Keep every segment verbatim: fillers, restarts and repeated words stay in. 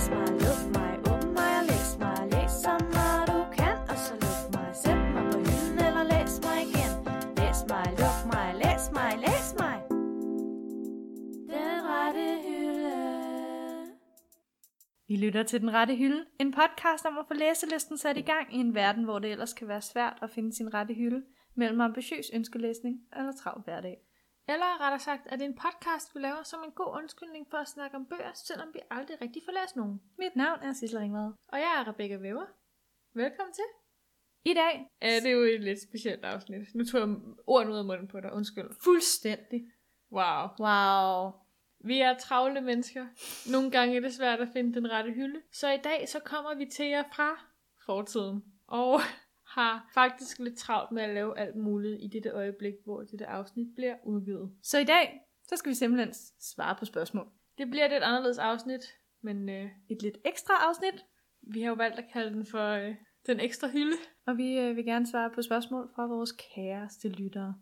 læs mig, luk mig, åbn mig og læs mig. Læs så meget du kan, og så luk mig. Sæt mig på hylden eller læs mig igen. Læs mig, luk mig, læs mig, læs mig. Den rette hylde. I lytter til Den Rette Hylde, en podcast om at få læselisten sat i gang i en verden, hvor det ellers kan være svært at finde sin rette hylde mellem ambitiøs ønskelæsning eller travl hverdag. Eller rettere sagt, at det er en podcast, vi laver som en god undskyldning for at snakke om bøger, selvom vi aldrig rigtig får læst nogen. Mit navn er Sissel Ringvad. Og jeg er Rebecca Væver. Velkommen til. I dag... Ja, det er jo et lidt specielt afsnit. Nu tog jeg ordene ud af munden på dig. Undskyld. Fuldstændig. Wow. Wow. Vi er travle mennesker. Nogle gange er det svært at finde den rette hylde. Så i dag så kommer vi til jer fra fortiden. Og har faktisk lidt travlt med at lave alt muligt i dette øjeblik, hvor dette afsnit bliver udgivet. Så i dag, så skal vi simpelthen svare på spørgsmål. Det bliver et lidt anderledes afsnit, men øh, Et lidt ekstra afsnit. vi har jo valgt at kalde den for øh, den ekstra hylde. Og vi øh, vil gerne svare på spørgsmål fra vores kæreste lyttere.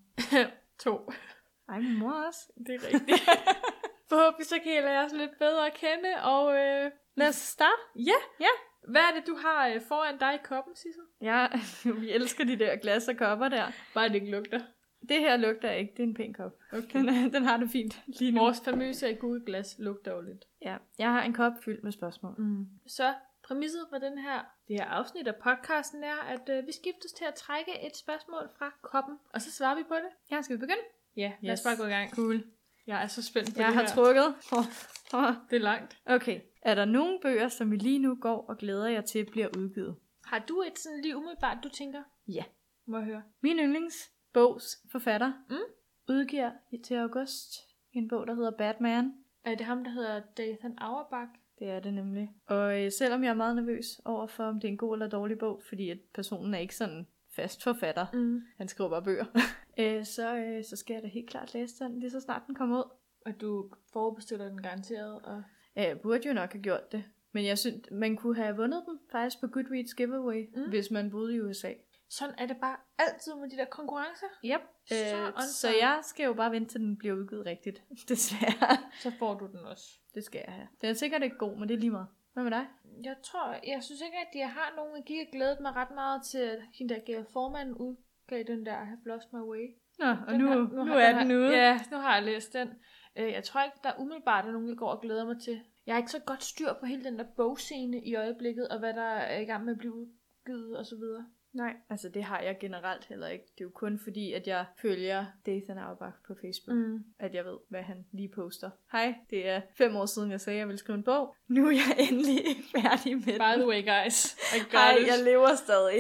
to. Ej, min mor også. Det er rigtigt. Forhåbentlig så kan I lære os lidt bedre at kende, og øh, Lad os starte. ja, ja. Hvad er det, du har øh, foran dig i koppen, Sissel? Ja, vi elsker de der glas og kopper der. Bare det ikke lugter. Det her lugter ikke, det er en pæn kop. Okay. Den, er, den har det fint lige nu. Vores famøse Google-glas lugter jo lidt. Ja, jeg har en kop fyldt med spørgsmål. Mm. Så præmisset for den her, det her afsnit af podcasten er, at øh, vi skiftes til at trække et spørgsmål fra koppen, og så svarer vi på det. Ja, skal vi begynde? Ja, lad os Yes. bare gå i gang. Cool. Jeg er så spændt på Jeg det har her. trukket. Oh, oh. Det er langt. Okay. Er der nogle bøger, som I lige nu går og glæder jer til bliver udgivet? Har du et sådan lige umiddelbart, du tænker? Ja. Må jeg høre. Min yndlingsbogs forfatter Mm. udgiver til august en bog, der hedder Batman. Er det ham, der hedder Dathan Auerbach? Det er det nemlig. Og øh, selvom jeg er meget nervøs over for, om det er en god eller dårlig bog, fordi at personen er ikke sådan fast forfatter, Mm. han skriver bare bøger, øh, så, øh, så skal jeg da helt klart læse den, lige så snart den kommer ud. Og du forudbestiller den garanteret, og Ja, jeg burde jo nok have gjort det. Men jeg synes, man kunne have vundet den faktisk på Goodreads giveaway, Mm. mm. hvis man boede i U S A. sådan er det bare altid med de der konkurrencer. Yep. Så Øh, on så time. jeg skal jo bare vente til den bliver udgivet rigtigt. Desværre. Så får du den også. Det skal jeg have. Den er sikkert ikke god, men det er lige meget. Hvad med dig? Jeg tror, jeg synes ikke, at jeg har nogen, jeg gik og glædet mig ret meget til, at hende der Gail Forman udgav den der I Have Lost My Way. Nå, og Den nu, her- nu, nu har- er har- den ude. Ja, nu har jeg læst den. Øh, Jeg tror ikke, der umiddelbart er nogen, jeg går og glæder mig til. Jeg har ikke så godt styr på hele den der bogscene i øjeblikket, og hvad der er i gang med at blive udgivet og så videre. Nej, altså det har jeg generelt heller ikke. Det er jo kun fordi, at jeg følger Dathan Auerbach på Facebook, mm. Mm. at jeg ved, hvad han lige poster. Hej, det er fem år siden, jeg sagde, at jeg ville skrive en bog. Nu er jeg endelig færdig med By den. the way, guys. I got Hej, it. jeg lever stadig.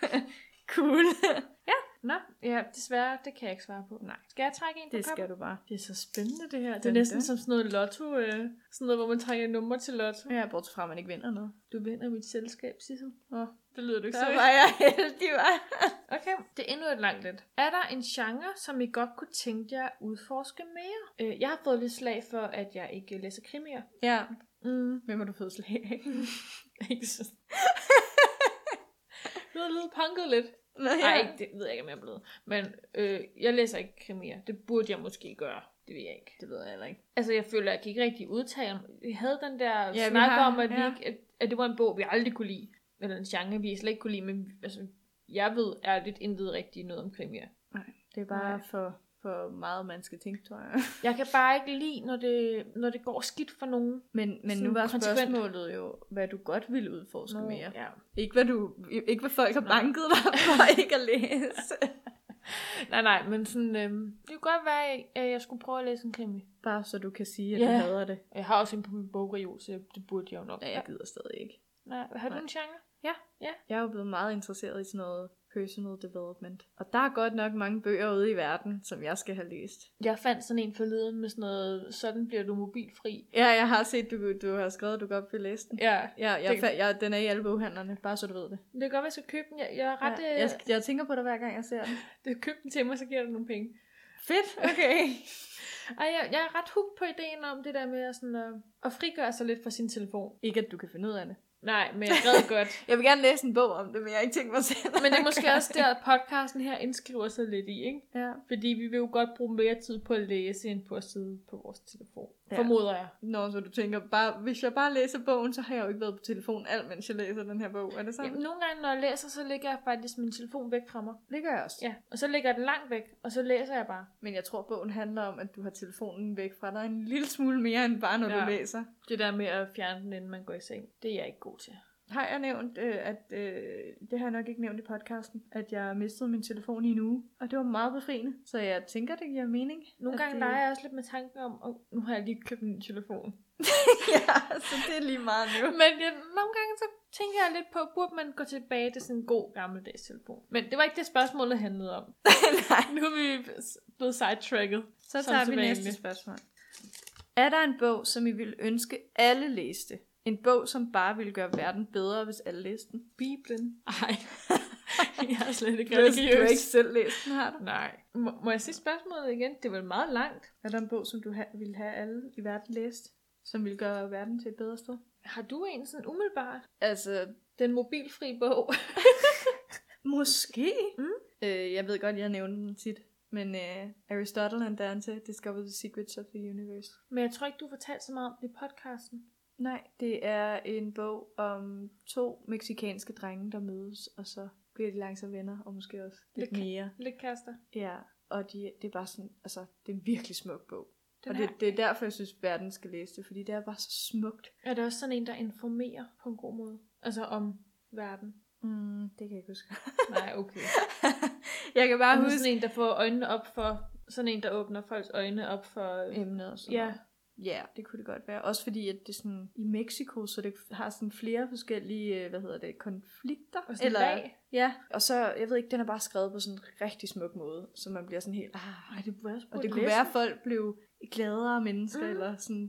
Cool. Nå, ja, desværre, det kan jeg ikke svare på. Nej. Skal jeg trække en på Det skal koppen? du bare. Det er så spændende, det her. Det er Dun, næsten dun. som sådan noget lotto. Øh, sådan noget, hvor man trækker nummer til lotto. Ja, bortset fra, at man ikke vinder noget. Du vinder mit selskab, Sissel. Åh, Det lyder du ikke så så. var jeg heldig, var. Okay, det er endnu et langt lidt. Er der en genre, som I godt kunne tænke jer at udforske mere? Øh, jeg har fået lidt slag for, at jeg ikke læser krimier. Ja, Mm. hvem har du fået slag af? Ikke så. Du har lidt punket lidt. Nå, Nej, det ved jeg ikke, om jeg er blevet. Men øh, jeg læser ikke krimier. Det burde jeg måske gøre. Det ved jeg ikke. Det ved jeg heller ikke. Altså, jeg føler, at jeg kan ikke rigtig udtale mig. Vi havde den der Ja, vi ja, snak har- om, at, ja. vi ikke, at, at det var en bog, vi aldrig kunne lide. Eller en genre, vi slet ikke kunne lide. Men altså, jeg ved ærligt intet rigtigt noget om krimier. Nej, det er bare Nej. for, for meget, man skal tænke, tror jeg. Jeg kan bare ikke lide, når det, når det går skidt for nogen. Men, men Sådan nu var konsekvent. spørgsmålet jo, hvad du godt ville udforske Nå, mere. Ja. Ikke hvad, du, ikke hvad folk har Nej. banket dig for ikke at læse. Nej, nej, men sådan, øhm, det kunne godt være, at jeg skulle prøve at læse en krimi. Bare så du kan sige, at Ja. du hader det. Jeg har også en på min bogreol, så det burde jeg jo nok. Ja, jeg gider stadig ikke. Nej, har du Nej. en genre? Jeg er jo blevet meget interesseret i sådan noget personal development. Og der er godt nok mange bøger ude i verden, som jeg skal have læst. Jeg fandt sådan en forleden med sådan noget, sådan bliver du mobilfri. Ja, jeg har set, du, du har skrevet, at du godt vil læse den. Ja, Ja, jeg, Den- fa- jeg, den er i alle boghandlerne, bare så du ved det. det kan godt være, jeg skal købe den. Jeg, jeg er ret... Ja, Ja, jeg, jeg tænker på dig hver gang, jeg ser den. jeg købe den til mig, så giver du nogle penge. Fedt, okay. Ej, jeg, jeg er ret hooked på ideen om det der med at, sådan, at, at frigøre sig lidt fra sin telefon. Ikke at du kan finde ud af det. Nej, men jeg gad godt. Jeg vil gerne læse en bog om det, men jeg har ikke tænkt mig selv. Men det er måske også der, at podcasten her indskriver sig lidt i, ikke? Ja. Fordi vi vil jo godt bruge mere tid på at læse, end på at sidde på vores telefon. Ja. Formoder jeg. Nå, så du tænker, bare, hvis jeg bare læser bogen, så har jeg jo ikke været på telefonen alt, mens jeg læser den her bog. Er det sådan? Jamen, nogle gange, når jeg læser, så lægger jeg faktisk min telefon væk fra mig. Det gør jeg også. Ja, og så lægger jeg den langt væk, og så læser jeg bare. Men jeg tror, bogen handler om, at du har telefonen væk fra dig en lille smule mere, end bare når ja. du læser. Det der med at fjerne den, inden man går i seng, det er jeg ikke god til. Har jeg nævnt, øh, at øh, det har jeg nok ikke nævnt i podcasten, at jeg mistede min telefon i en uge, og det var meget befriende, så jeg tænker, det giver mening. Nogle gange det... leger jeg også lidt med tanken om, og nu har jeg lige købt en ny telefon. Ja, så det er lige meget nu. Men jeg, nogle gange så tænker jeg lidt på, burde man gå tilbage til sådan en god gammeldags telefon. Men det var ikke det spørgsmål, det handlede om. Nej. Nu er vi blevet sidetracket. Så tager vi næste spørgsmål. Er der en bog, som I ville ønske alle læste? En bog, som bare ville gøre verden bedre, hvis alle læste den? Bibelen. Ej, jeg har slet ikke religiøs. Du har ikke selv læst den, har du? Nej. Må, må jeg sige spørgsmålet igen? Det var meget langt. Er der en bog, som du ha- ville have alle i verden læst? Som ville gøre verden til et bedre sted? Har du en sådan umiddelbart? Altså, den mobilfri bog. Måske. Mm. Øh, jeg ved godt, jeg nævner den tit. Men uh, Aristotle and Dante discovered the secrets of the universe. Men jeg tror ikke, du fortalte så meget om det i podcasten. Nej, det er en bog om to meksikanske drenge, der mødes, og så bliver de langsomt venner, og måske også lidt, lidt mere. Lidt kærester. Ja, og de, det er bare sådan, altså, det er en virkelig smuk bog. Den og det, det er derfor, jeg synes, verden skal læse det, fordi det er bare så smukt. Er det også sådan en, der informerer på en god måde? Altså om verden? Mm, det kan jeg ikke huske. Nej, okay. Jeg kan bare huske... sådan en, der får øjnene op for... Sådan en, der åbner folks øjne op for... Emnet og sådan ja. noget. Ja, det kunne det godt være. Også fordi, at det er sådan i Mexico, så det har sådan flere forskellige, hvad hedder det, konflikter. Og sådan eller lag. Ja, og så, jeg ved ikke, den er bare skrevet på sådan en rigtig smuk måde, så man bliver sådan helt, ah, Ej, det kunne og det kunne være, at folk blev gladere mennesker, mm. eller sådan,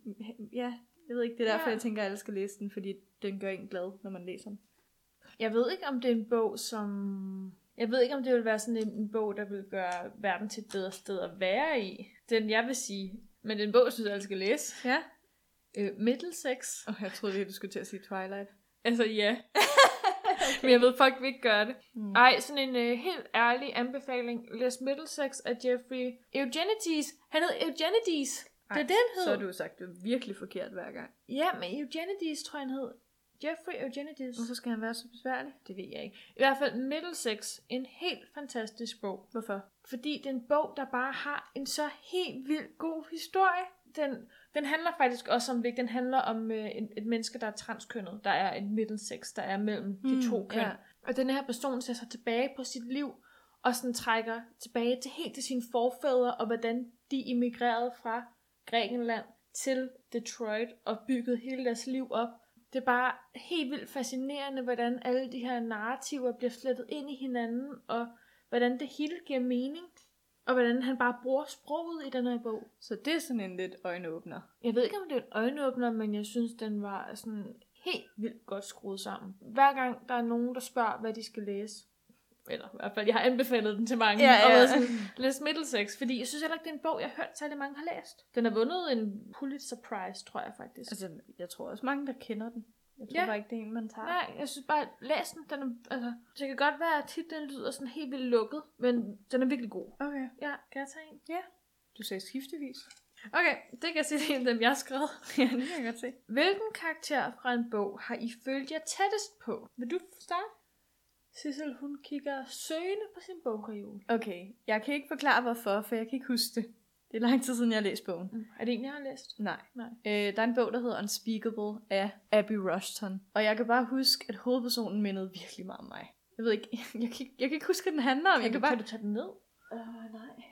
ja, jeg ved ikke, det er derfor, ja. jeg tænker, at alle skal læse den, fordi den gør en glad, når man læser den. Jeg ved ikke, om det er en bog, som... Jeg ved ikke, om det vil være sådan en, en bog, der vil gøre verden til et bedre sted at være i. Den, jeg vil sige... Men det er en bog, jeg synes, alle skal læse. Ja. Øh, Middlesex. Og oh, jeg troede lige, du skulle til at sige Twilight. Altså, ja. Okay. Men jeg ved, folk vil ikke gøre det. Mm. Ej, sådan en uh, helt ærlig anbefaling. Læs Middlesex af Jeffrey Eugenides. Han hed Eugenides. Ej, det er det, han hed. Så har du sagt det virkelig forkert hver gang. Ja, men Eugenides, tror jeg, han hed. Jeffrey Eugenides. Hvorfor skal han være så besværlig? Det ved jeg ikke. I hvert fald Middlesex, en helt fantastisk bog. Hvorfor? Fordi det er en bog, der bare har en så helt vildt god historie. Den, den handler faktisk også om, den handler om øh, et, et menneske, der er transkønnet. Der er et Middlesex, der er mellem mm, de to køn. Yeah. Og den her person ser sig tilbage på sit liv, og sådan trækker tilbage til helt til sine forfædre, og hvordan de emigrerede fra Grækenland til Detroit, og byggede hele deres liv op. Det er bare helt vildt fascinerende, hvordan alle de her narrativer bliver flettet ind i hinanden, og hvordan det hele giver mening, og hvordan han bare bruger sproget i den her bog. Så det er sådan en lidt øjenåbner. Jeg ved ikke, om det er en øjenåbner, men jeg synes, den var sådan helt vildt godt skruet sammen. Hver gang der er nogen, der spørger, hvad de skal læse, eller i hvert fald, jeg har anbefalet den til mange, ja, ja. og sådan, læs Middlesex, fordi jeg synes heller ikke, det er en bog, jeg har hørt særlig mange har læst. Den har vundet en Pulitzer Prize, tror jeg faktisk. Altså, jeg tror også mange, der kender den. Jeg tror ja. bare ikke, det er en, man tager. Nej, jeg synes bare, læs den. den er, altså, det kan godt være, at titlen lyder sådan helt vildt lukket, men den er virkelig god. Okay. Ja, kan jeg tage en? Ja. Du sagde skiftevis. Okay, det kan jeg sige, det er en af dem, jeg har skrevet. Ja, det kan jeg godt se. Hvilken karakter fra en bog har I følt jer tættest på? Vil du starte? Sissel, hun kigger søgende på sin bogreol. Okay, jeg kan ikke forklare hvorfor, for jeg kan ikke huske det. Det er lang tid siden, jeg har læst bogen. Mm. Er det en, jeg har læst? Nej. Nej. Øh, der er en bog, der hedder Unspeakable af Abby Rushton. Og jeg kan bare huske, at hovedpersonen mindede virkelig meget om mig. Jeg ved ikke, jeg kan, jeg kan ikke huske, hvad den handler om. Kan, jeg du, kan, bare... kan du tage den ned? Øh, uh, nej.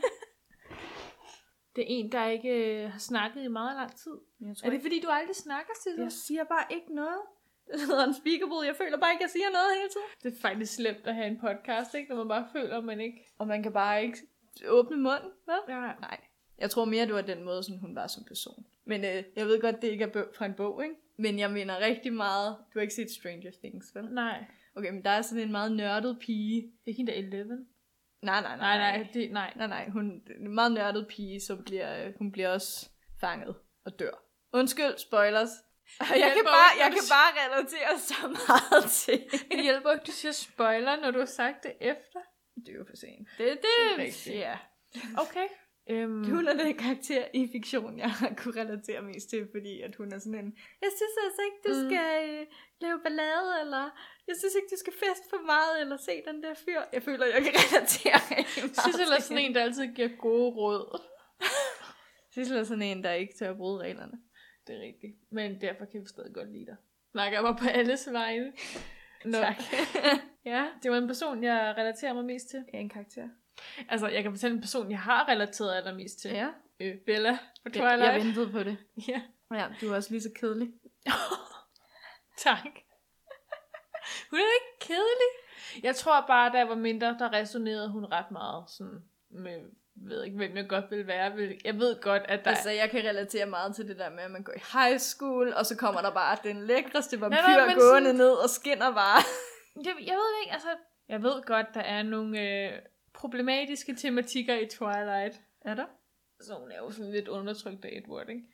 Det er en, der ikke øh, har snakket i meget lang tid. Jeg tror er det ikke... fordi, du aldrig snakker, Sissel? Jeg siger bare ikke noget. Det hedder Unspeakable. Jeg føler bare ikke, at jeg siger noget hele tiden. Det er faktisk slemt at have en podcast, ikke? Når man bare føler, at man ikke... Og man kan bare ikke åbne munden, hvad? Ja. Nej. Jeg tror mere, det var den måde, som hun var som person. Men øh, jeg ved godt, det ikke er bog fra en bog, ikke? Men jeg mener rigtig meget... Du har ikke set Stranger Things, vel? Nej. Okay, men der er sådan en meget nørdet pige. Det er hende der elleve. Nej, nej, nej. Nej, nej, det, nej. Nej, nej. Hun er en meget nørdet pige, som bliver, hun bliver også fanget og dør. Undskyld, spoilers. Jeg, jeg, kan, bare, jeg kan bare relatere så meget til. Det hjælper ikke, du siger spoiler, når du har sagt det efter. Det er jo for sent. Det, det, det er rigtigt. Ja. Okay. Øhm, Hun er den karakter i fiktion, jeg kunne relatere mest til, fordi at hun er sådan en, jeg synes altså ikke, du Mm. skal øh, lave ballade, eller jeg synes ikke, du skal feste for meget, eller se den der fyr. Jeg føler, jeg kan relatere rigtig meget Sissel er til sådan hende. en, der altid giver gode råd. Sissel er sådan en, der ikke tør at bryde reglerne. Det er rigtigt. Men derfor kan vi stadig godt lide dig. Snakker jeg mig på alles vegne. Nå. Tak. Ja, det var en person, jeg relaterer mig mest til. Ja, en karakter. Altså, jeg kan fortælle en person, jeg har relateret allermest til. Ja, Øh, Bella på jeg, Twilight. jeg ventede på det. Ja. Ja, du er også lige så kedelig. Tak. Hun er ikke kedelig. Jeg tror bare, da jeg var mindre, der resonerede hun ret meget sådan med, jeg ved ikke, hvem jeg godt vil være. Jeg ved godt, at der Altså, jeg kan relatere meget til det der med, at man går i high school, og så kommer der bare den lækreste vampyr Nej, nej, men gående sådan- ned og skinner bare. Jeg, jeg ved ikke, altså... Jeg ved godt, der er nogle øh, problematiske tematikker i Twilight. Er der? Så hun er jo sådan lidt undertrykt af Edward, ikke?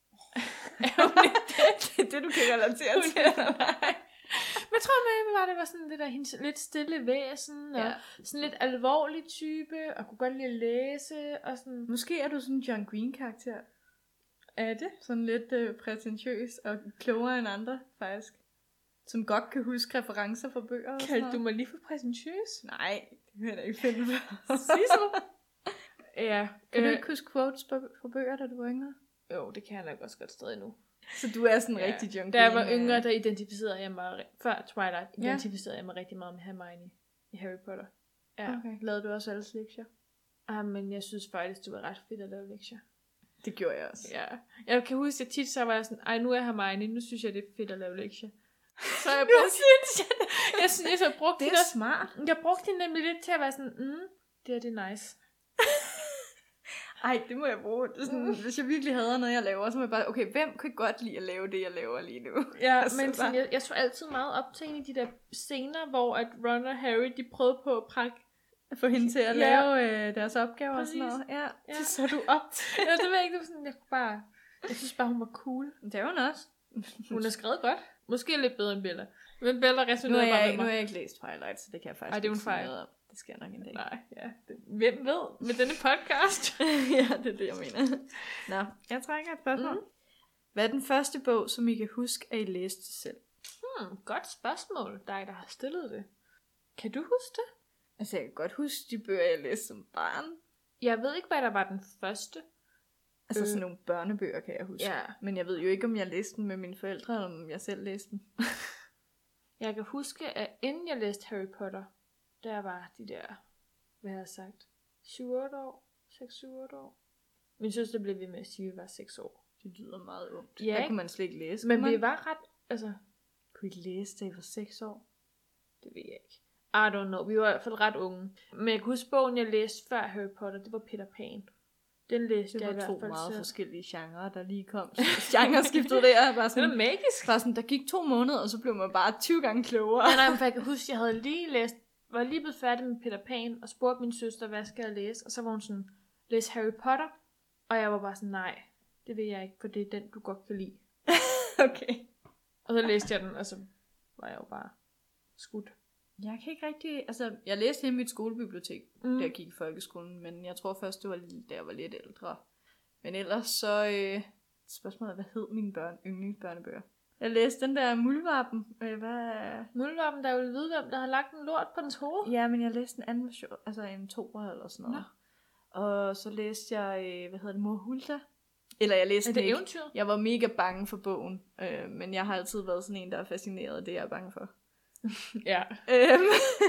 Det er det, du kan relatere til. Men jeg tror med, var det var sådan det der hendes lidt stille væsen, og Ja. sådan lidt alvorlig type, og kunne godt lide at læse, og sådan... Måske er du sådan en John Green-karakter. Er det? Sådan lidt øh, prætentiøs og klogere end andre, faktisk. Som godt kan huske referencer fra bøger og sådan Kaldte du noget. mig lige for præsentøs? Nej, det kan jeg da ikke finde på. Sissel? Ja. Kan du øh, ikke huske quotes på- fra bøger, da du var yngre? Jo, det kan jeg nok også godt stadig nu. Så du er sådan en Ja. rigtig John Green. Da jeg var øh, yngre, der identificerede jeg mig, ri- før Twilight, Ja. identificerede jeg mig rigtig meget med Hermione i Harry Potter. Ja. Okay. Lavede du også alles lektier? Ah, men jeg synes faktisk, det var ret fedt at lave lektier. Det gjorde jeg også. Ja. Jeg kan huske, at tit så var jeg sådan, ej, nu er jeg Hermione, nu synes jeg, det er fedt at lave lektier. Så jeg Nu brugte, synes jeg det. jeg, synes, jeg brugte Det det er der, smart. jeg brugte det nemlig lidt til at være sådan, mm, det er det er nice. Ej, det må jeg bruge. Det er sådan, hvis jeg virkelig hader noget, jeg laver, så må jeg bare, okay, hvem kan godt lide at lave det, jeg laver lige nu? Ja, Altså, men sådan, bare- jeg, jeg så altid meget op til en af de der scener, hvor at Ron og Harry, de prøvede på at prakke. Få hende til at Ja. lave øh, deres opgaver Præcis. og sådan noget. Ja, Ja. det så du op til. Ja, det ved jeg ikke, det var sådan, jeg kunne bare, jeg synes bare, hun var cool. Det er hun også. Hun har skrevet godt. Måske lidt bedre end Bella. Men Bella Nu resonerede har bare jeg, med nu har mig. jeg ikke læst Twilight, så det kan jeg faktisk Ej, det er jo ikke en sige fejl. noget om. Det skal jeg nok en dag. Nej, ja. Det, hvem ved med denne podcast? Ja, det er det, jeg mener. Nå, jeg trækker et spørgsmål. Mm. Hvad er den første bog, som I kan huske, at I læste selv? Hmm, godt spørgsmål. Dig, der har stillet det. Kan du huske det? Altså, jeg kan godt huske de bøger, jeg læste som barn. Jeg ved ikke, hvad der var den første. Altså, Øh. sådan nogle børnebøger, kan jeg huske. Ja. Men jeg ved jo ikke, om jeg læste dem med mine forældre, eller om jeg selv læste dem. Jeg kan huske, at inden jeg læste Harry Potter, der var de der, hvad har jeg sagt, syv otte år? seks syv otte år? Min søster blev ved med at sige, at vi var seks år. Det lyder meget ungt. Ja, Der ikke? kunne man slet ikke læse. Men kunne vi man? var ret, altså, Kunne I læse, da I var seks år? det ved jeg ikke. I don't know. Vi var i hvert fald ret unge. Men jeg kan huske, bogen, jeg læste før Harry Potter, det var Peter Pan. Den læste Det jeg i var hvert to fald meget selv. forskellige genrer, der lige kom. Genreskiftet der. Bare Det var sådan, magisk. bare sådan, der gik to måneder, og så blev man bare tyve gange klogere. Ja, nej, men for jeg kan huske, jeg havde lige læst, var lige blevet færdig med Peter Pan, og spurgte min søster, hvad skal jeg læse? Og så var hun sådan, læs Harry Potter. Og jeg var bare sådan, nej, det vil jeg ikke, for det er den, du godt kan lide. Okay. Og så læste jeg den, og så var jeg jo bare skudt. Jeg kan ikke rigtig... Altså, jeg læste hjemme i mit skolebibliotek, Mm. mm. da jeg gik i folkeskolen, men jeg tror først, det var da jeg var lidt ældre. Men ellers så... Øh, spørgsmålet er, hvad hed mine børn, yndlingsbørnebøger? Jeg læste den der Muldvarpen. Øh, hvad... Muldvarpen, der ville vide, hvem der har lagt en lort på dens hoved. Ja, men jeg læste en anden version, altså en toer eller sådan noget. Og så læste jeg, øh, hvad hedder det, Mor Hulda? Eller jeg læste Er den det ikke. eventyr? Jeg var mega bange for bogen, øh, men jeg har altid været sådan en, der er fascineret af det, jeg er bange for. Ja. Øhm,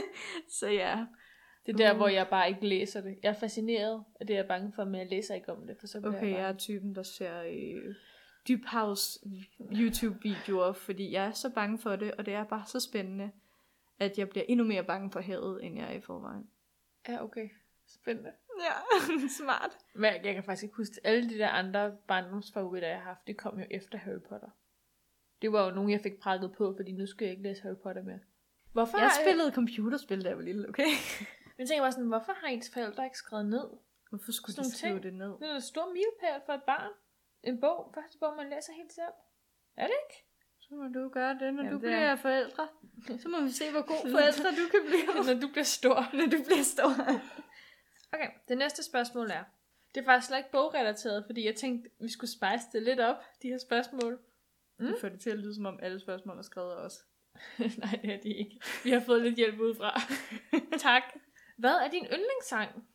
så ja. Det er der, hvor jeg bare ikke læser det. Jeg er fascineret af det, jeg er bange for, men jeg læser ikke om det, for så bliver Okay, jeg jeg bare... er typen, der ser øh, Deep House YouTube-videoer, fordi jeg er så bange for det, og det er bare så spændende, at jeg bliver endnu mere bange for havet, end jeg er i forvejen. Ja, okay. Spændende. Ja, smart. Men jeg kan faktisk ikke huske, alle de der andre barndomsfavoritter, jeg har haft, det kom jo efter Harry Potter. Det var jo nogen, jeg fik prakket på, fordi nu skal jeg ikke læse Harry Potter mere. Hvorfor Jeg har spillede computerspil, da jeg var lille, okay? Men tænker bare sådan, hvorfor har ens forældre ikke skrevet ned? Hvorfor skulle Sådan de skrive ting. det ned? Det er en stor milepæl for et barn. En bog, første bog, man læser helt selv. Er det ikke? Så må du gøre det, når Jamen, du det bliver er- forældre. Så må vi se, hvor god forældre du kan blive, Når du bliver stor. når du bliver stor. Okay, det næste spørgsmål er. Det er faktisk slet ikke bogrelateret, fordi jeg tænkte, vi skulle spice det lidt op, de her spørgsmål. Mm. Det får det til at lyde, som om alle spørgsmål er skrevet af os. Nej, det er de ikke. Vi har fået lidt hjælp udefra. Tak. Hvad er din yndlingssang?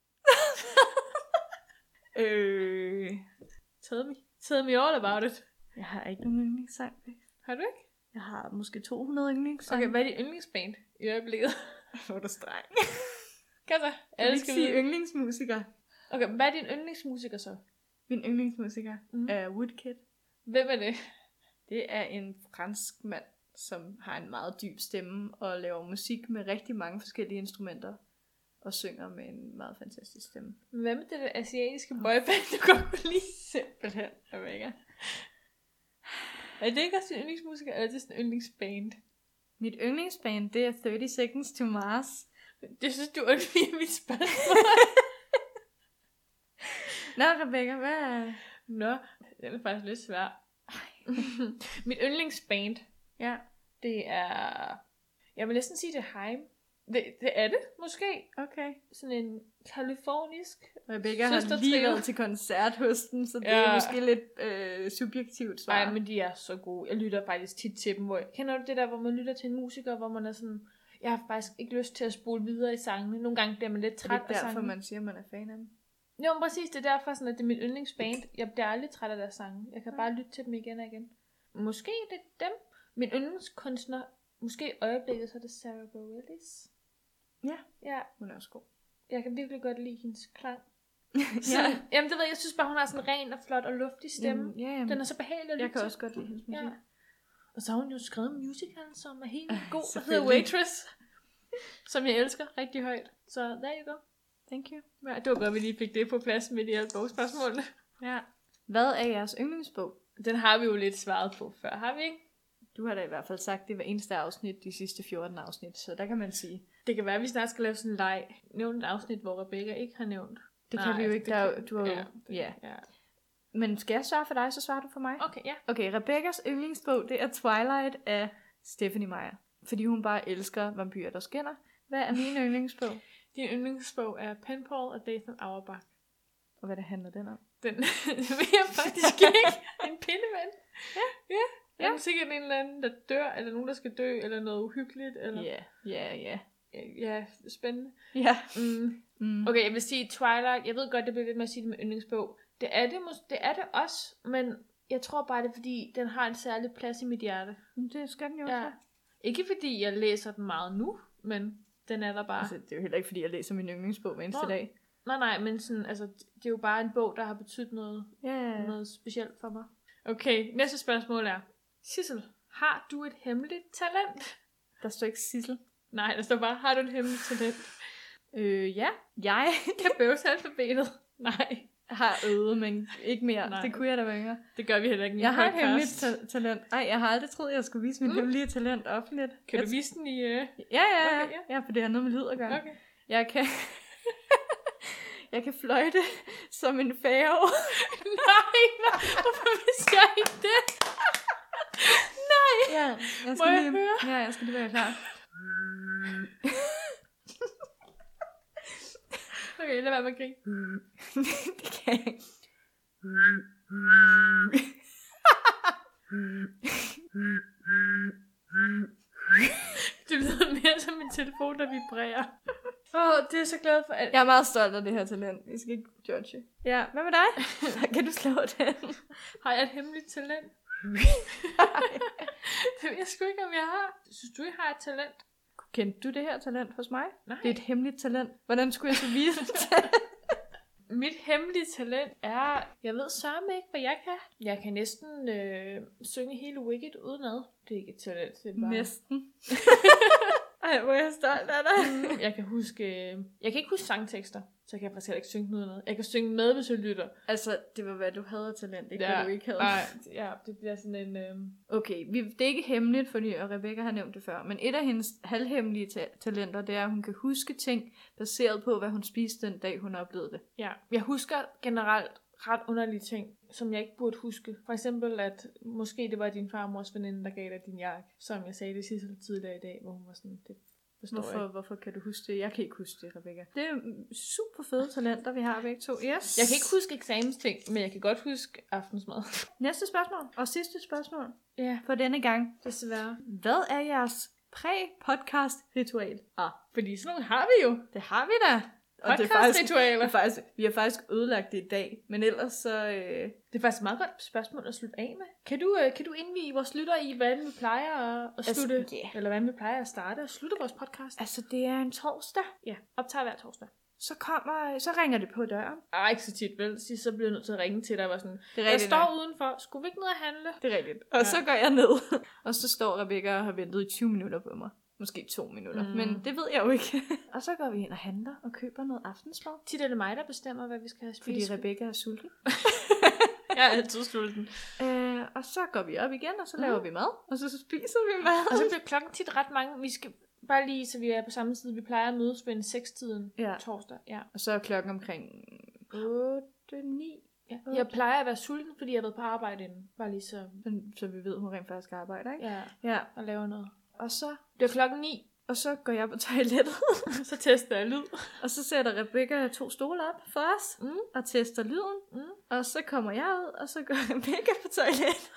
øh... Tell me. Tell me all about it. Jeg har ikke nogen yndlingssang. Har du ikke? Jeg har måske to hundrede yndlingssange. Okay, hvad er din yndlingsband i øjeblikket? Hvor er du streng. Kan så? Jeg vil sige yndlingsmusiker. Okay, hvad er din yndlingsmusiker så? Min yndlingsmusiker mm. er Woodkid. Hvem er det? Det er en fransk mand, som har en meget dyb stemme og laver musik med rigtig mange forskellige instrumenter. Og synger med en meget fantastisk stemme. Hvem er det der asiatiske boyband, du godt kunne lide? Simpelthen, Rebecca. Er det ikke også din yndlingsmusiker, eller er det sådan en yndlingsband? Mit yndlingsband, det er thirty seconds to Mars. Det synes du undviger mit spørgsmål. Nå, Rebecca, hvad er... Nå, det er faktisk lidt svært. Mit yndlingsband, ja, det er... Jeg vil næsten sige, det er Haim. Det, det er det, måske. Okay. Sådan en kalifornisk Rebecca har lige været til koncert hos dem, så det ja. er måske lidt øh, subjektivt svar. Nej, men de er så gode. Jeg lytter faktisk tit til dem. Hvor jeg... Kender du det der, hvor man lytter til en musiker, hvor man er sådan... Jeg har faktisk ikke lyst til at spole videre i sangene. Nogle gange bliver man lidt træt af sangene. Det er derfor, man siger, man er fan af dem. Jo, men præcis. Det er derfor, sådan, at det er mit yndlingsband. Jeg bliver aldrig træt af deres sange. Jeg kan bare lytte til dem igen og igen. Måske det er dem. Min yndlingskunstner, måske i øjeblikket, så er det Sarah Bareilles. Ja, ja, hun er også god. Jeg kan virkelig godt lide hendes klang. Så, ja. Jamen det ved jeg, jeg synes bare, hun har sådan en ren og flot og luftig stemme. Jamen, ja, jamen. Den er så behagelig at lytte. Jeg kan også godt lide hendes musik. Ja. Og så har hun jo skrevet en musical, som er helt øh, god, der hedder Waitress. Som jeg elsker rigtig højt. Så there you go. Thank you. Ja, det var godt, at vi lige fik det på plads med de her bogspørgsmålene. Ja. Hvad er jeres yndlingsbog? Den har vi jo lidt svaret på før, har vi ikke? Du har da i hvert fald sagt, det var eneste afsnit, de sidste fjorten afsnit, så der kan man sige. Det kan være, at vi snart skal lave sådan en leg. Nævn et afsnit, hvor Rebecca ikke har nævnt. Det kan Nej, vi jo ikke. Der, kan... Du har ja, det, ja. ja. Men skal jeg svare for dig, så svarer du for mig? Okay, ja. Okay, Rebeccas yndlingsbog, det er Twilight af Stephenie Meyer. Fordi hun bare elsker vampyrer, der skinner. Hvad er min yndlingsbog? Din yndlingsbog er Penpal af Dathan Auerbach. Og hvad det handler den om? Den ved jeg faktisk ikke. En pindeven. Ja. Ja. Ja. Er det sikkert en eller anden, der dør, eller nogen, der skal dø, eller noget uhyggeligt? Eller... Ja, ja, ja. Ja, spændende. Ja. Mm. Mm. Okay, jeg vil sige Twilight. Jeg ved godt, det bliver lidt med at sige det med yndlingsbog. Det er det, mås- det er det også, men jeg tror bare, det er, fordi den har en særlig plads i mit hjerte. Det skal den jo også. Ja. Ikke fordi jeg læser den meget nu, men den er der bare. Altså, det er jo heller ikke, fordi jeg læser min yndlingsbog hver eneste Nå. dag. Nej, nej, men sådan, altså, det er jo bare en bog, der har betydet noget, yeah. noget specielt for mig. Okay, næste spørgsmål er, Sissel, har du et hemmeligt talent? Der står ikke Sissel. Nej, der står bare, har du et hemmeligt talent? Øh, ja. Jeg kan bøvse alfabetet. Nej. Har øvet, men ikke mere. Nej. Det kunne jeg da være yngre. Det gør vi heller ikke i Jeg podcast. Har et hemmeligt ta- talent. Ej, jeg har aldrig troet, jeg skulle vise min mm. hemmelige talent offentligt. Kan jeg du vise den i... Uh... Ja, ja, ja. Okay, ja. Ja, for det har noget med lyd at gøre. Okay. Jeg kan... jeg kan fløjte som en færge. Nej, hvorfor vidste jeg ikke det? Nej. Ja, jeg skal Må jeg lige... høre? Ja, jeg skal lige være klar. Okay, lad være med at grine. Det kan jeg ikke. Det lyder mere som en telefon, der vibrerer. Åh, oh, det er så glad for alt. Jeg er meget stolt af det her talent. Vi skal ikke judge. Ja, hvad med dig? Kan du slå den? Har jeg et hemmeligt talent? Det ved jeg sgu ikke, om jeg har. Synes du, jeg har et talent? Kendte du det her talent hos mig? Nej. Det er et hemmeligt talent. Hvordan skulle jeg så vise det? Mit hemmelige talent er, jeg ved sørme ikke, hvad jeg kan. Jeg kan næsten øh, synge hele Wicked udenad. Det er ikke et talent, det er bare... Næsten. Ej, hvor er jeg stolt af dig. Jeg kan huske, øh, jeg kan ikke huske sangtekster, så jeg kan faktisk heller ikke synge noget. Jeg kan synge med, hvis jeg lytter. Altså, det var hvad du havde af talent, ikke ja, hvad du ikke havde. Nej, ja, det bliver sådan en... Øh... Okay, vi, det er ikke hemmeligt, fordi Rebecca har nævnt det før, men et af hendes halvhemmelige ta- talenter, det er, at hun kan huske ting, baseret på, hvad hun spiste den dag, hun oplevede det. Ja, jeg husker generelt ret underlige ting, som jeg ikke burde huske. For eksempel, at måske det var din farmors veninde, der gav dig din jakke, som jeg sagde det sidste tidligere i dag, hvor hun var sådan, det Forstår Hvorfor, jeg. hvorfor kan du huske det? Jeg kan ikke huske det, Rebecca. Det er mm, super fede talenter, vi har begge to. Yes. Jeg kan ikke huske eksamensting, men jeg kan godt huske aftensmad. Næste spørgsmål, og sidste spørgsmål Ja, for denne gang. desværre. Hvad er jeres præ-podcast-ritual? Ah, fordi sådan nogle har vi jo. Det har vi da. Og det er faktisk, det Podcast-ritualer. er faktisk, vi har faktisk ødelagt det i dag. Men ellers så... Øh... Det er faktisk et meget godt spørgsmål at slutte af med. Kan du, øh, kan du indvige vores lyttere i, hvordan vi plejer at, at slutte, Altså, yeah. eller hvordan vi plejer at starte og slutte vores podcast? Altså, det er en torsdag. Ja, optager hver torsdag. Så kommer... Så ringer det på døren. Ej, ikke så tit vel. Så så bliver jeg nødt til at ringe til dig og var sådan, Det er jeg rigtigt står nok. udenfor, skulle vi ikke ned og handle? Det er rigtigt. Og ja. Så går jeg ned. Og så står Rebecca og har ventet i tyve minutter på mig. Måske to minutter. Mm. Mm. Men det ved jeg jo ikke. Og så går vi ind og handler og køber noget aftensmad. Tit er det mig, der bestemmer, hvad vi skal have Fordi spist. Rebecca er sulten. Jeg er altid sulten. Øh, og så går vi op igen, og så Mm. laver vi mad. Og så spiser vi mad. Og så bliver klokken tit ret mange. Vi skal bare lige, så vi er på samme tid. Vi plejer at mødes ved en seks-tiden Ja. torsdag. Ja. Og så er klokken omkring otte ni. Ja. Jeg plejer at være sulten, fordi jeg har været på arbejde inden. Bare lige så, Så, så vi ved, hun rent faktisk arbejder, ikke? ja, Ja. og lave noget. Og så, Det er klokken ni, og så går jeg på toilettet. så tester jeg lyd. Og så sætter Rebecca to stole op for os. Mm. Og tester lyden. Mm. Og så kommer jeg ud, og så går Rebecca på toilettet.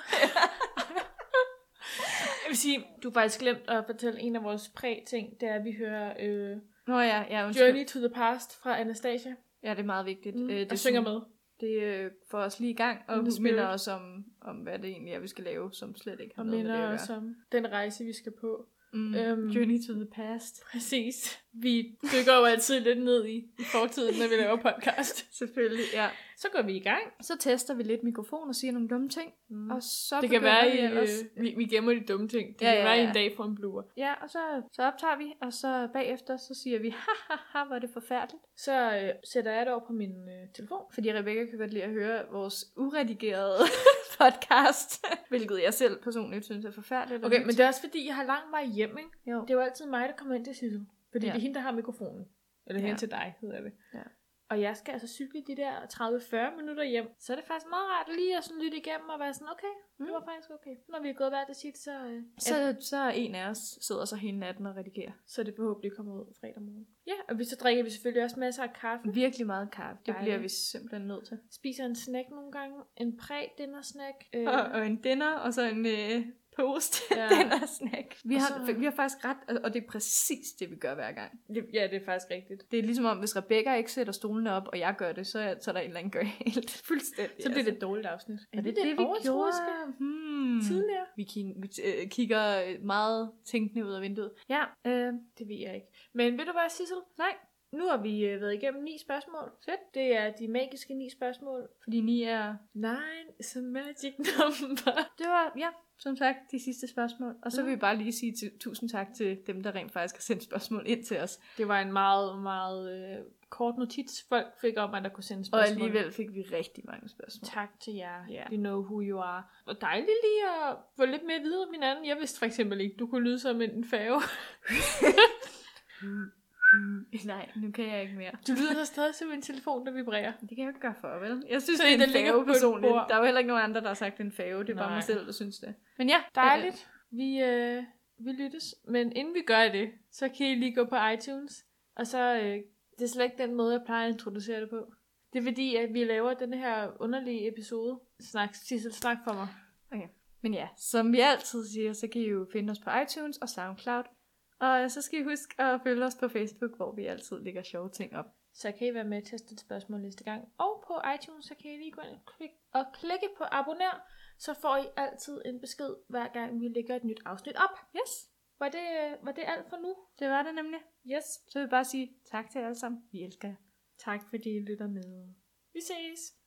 Jeg vil sige, du har faktisk glemt at fortælle en af vores præ-ting. Det er, at vi hører øh, Nå ja, ja, undskyld. Journey to the Past fra Anastasia. Ja, det er meget vigtigt. Mm. Øh, det og synger sådan- med. Det øh, får os lige i gang, og In the hun minder spirit. os om, om, hvad det egentlig er, vi skal lave, som slet ikke har Og noget med det minder at os gøre. om den rejse, vi skal på. Mm. Øhm. Journey to the past. Præcis. Vi dykker jo altid lidt ned i, i fortiden, når vi laver podcast. Selvfølgelig, ja. Så går vi i gang. Så tester vi lidt mikrofon og siger nogle dumme ting. Mm. Og så Det kan begynder være, vi i, ellers. øh, vi, vi gemmer de dumme ting. Det Ja, kan ja, være, ja. en dag får en bluer. Ja, og så, så optager vi, og så bagefter, så siger vi, ha, ha, ha, hvor er det forfærdeligt. Så øh, sætter jeg det over på min øh, telefon. Fordi Rebecca kan godt lide at høre vores uredigerede podcast, hvilket jeg selv personligt synes er forfærdeligt. Okay, men det er også fordi, jeg har lang vej hjem, ikke? Jo. Det er jo altid mig, der kommer ind til Sissel. Fordi Ja. det er hende, der har mikrofonen. Eller hen Ja. til dig, hedder det. Ja. Og jeg skal altså cykle de der tredive til fyrre minutter hjem. Så er det faktisk meget rart lige at sådan lytte igennem og være sådan, okay, det var faktisk okay. Når vi er gået hver til sit, så, øh, Så, så er en af os sidder så hele natten og redigerer. så er det forhåbentlig kommer ud fredag morgen. Ja, og vi så drikker vi selvfølgelig også masser af kaffe. Virkelig meget kaffe. Det Dejligt. bliver vi simpelthen nødt til. Spiser en snack nogle gange. En præ-dinner-snack. Øh, Og, og en dinner, og så en øh, post Ja. dinner snack. Vi Og har, så- vi har faktisk ret, og- og det er præcis det, vi gør hver gang. det, ja, det er faktisk rigtigt. Det er ligesom om, hvis Rebecca ikke sætter stolene op, og jeg gør det, så er, så er der en eller anden gør helt fuldstændig. Så bliver det et dårligt afsnit. Er det det, vi gjorde hmm. tidligere? Vi, kig, vi øh, kigger meget tænkende ud af vinduet. Ja, øh, Det ved jeg ikke. Men ved du hvad, Sissel? nej, Nu har vi øh, været igennem ni spørgsmål. Fedt. Det er de magiske ni spørgsmål. fordi ni er... Nine is a magic number. Det var, ja, som sagt, de sidste spørgsmål. Og så Mm. vil vi bare lige sige til, tusind tak til dem, der rent faktisk har sendt spørgsmål ind til os. Det var en meget, meget øh, kort notits, folk fik om, at der kunne sende Og spørgsmål. alligevel fik vi rigtig mange spørgsmål. Tak til jer. Ja. You know who you are. Og dejligt lige at få lidt mere videre om hinanden. Jeg vidste for eksempel ikke, du kunne lyde som en færge. Nej, nu kan jeg ikke mere. Du lyder så stadig som en telefon, der vibrerer. Det kan jeg jo ikke gøre for, vel? Jeg synes, Så det er en, en der ligger færge på et personligt. bord. Der er jo heller ikke nogen andre, der har sagt en færge. Det er bare Nej. mig selv, der synes det. Men ja, Dejligt. Vi, øh, vi lyttes. Men inden vi gør det, så kan I lige gå på iTunes. Og så, øh, det er slet ikke den måde, jeg plejer at introducere det på. Det er fordi, at vi laver den her underlige episode. Snak, Sissel, snak for mig. Men ja, som vi altid siger, så kan I jo finde os på iTunes og SoundCloud. Og så skal I huske at følge os på Facebook, hvor vi altid lægger sjove ting op. Så kan I være med til at stille spørgsmål næste gang. Og på iTunes, så kan I lige gå ind og klikke, og klikke på abonner. Så får I altid en besked, hver gang vi lægger et nyt afsnit op. Yes, Var det, var det alt for nu? det var det nemlig. Yes. Så vil jeg bare sige tak til jer alle sammen. Vi elsker jer. Tak fordi I lytter med. Vi ses.